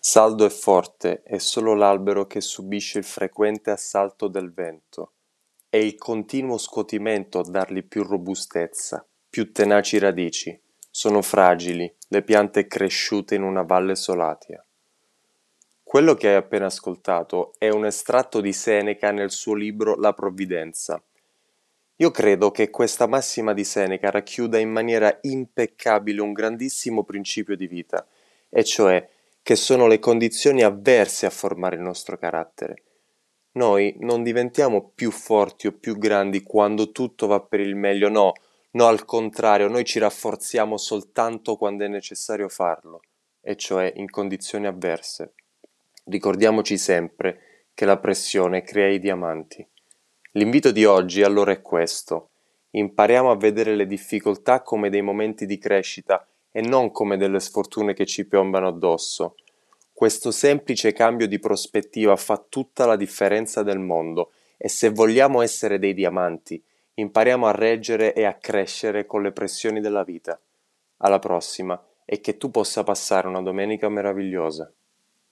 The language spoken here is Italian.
Saldo e forte è solo l'albero che subisce il frequente assalto del vento. È il continuo scuotimento a dargli più robustezza, più tenaci radici. Sono fragili le piante cresciute in una valle solatia. Quello che hai appena ascoltato è un estratto di Seneca nel suo libro La provvidenza. Io credo che questa massima di Seneca racchiuda in maniera impeccabile un grandissimo principio di vita, e cioè che sono le condizioni avverse a formare il nostro carattere. Noi non diventiamo più forti o più grandi quando tutto va per il meglio, no, no, al contrario, noi ci rafforziamo soltanto quando è necessario farlo, e cioè in condizioni avverse. Ricordiamoci sempre che la pressione crea i diamanti. L'invito di oggi allora è questo. Impariamo a vedere le difficoltà come dei momenti di crescita e non come delle sfortune che ci piombano addosso. Questo semplice cambio di prospettiva fa tutta la differenza del mondo e se vogliamo essere dei diamanti, impariamo a reggere e a crescere con le pressioni della vita. Alla prossima e che tu possa passare una domenica meravigliosa.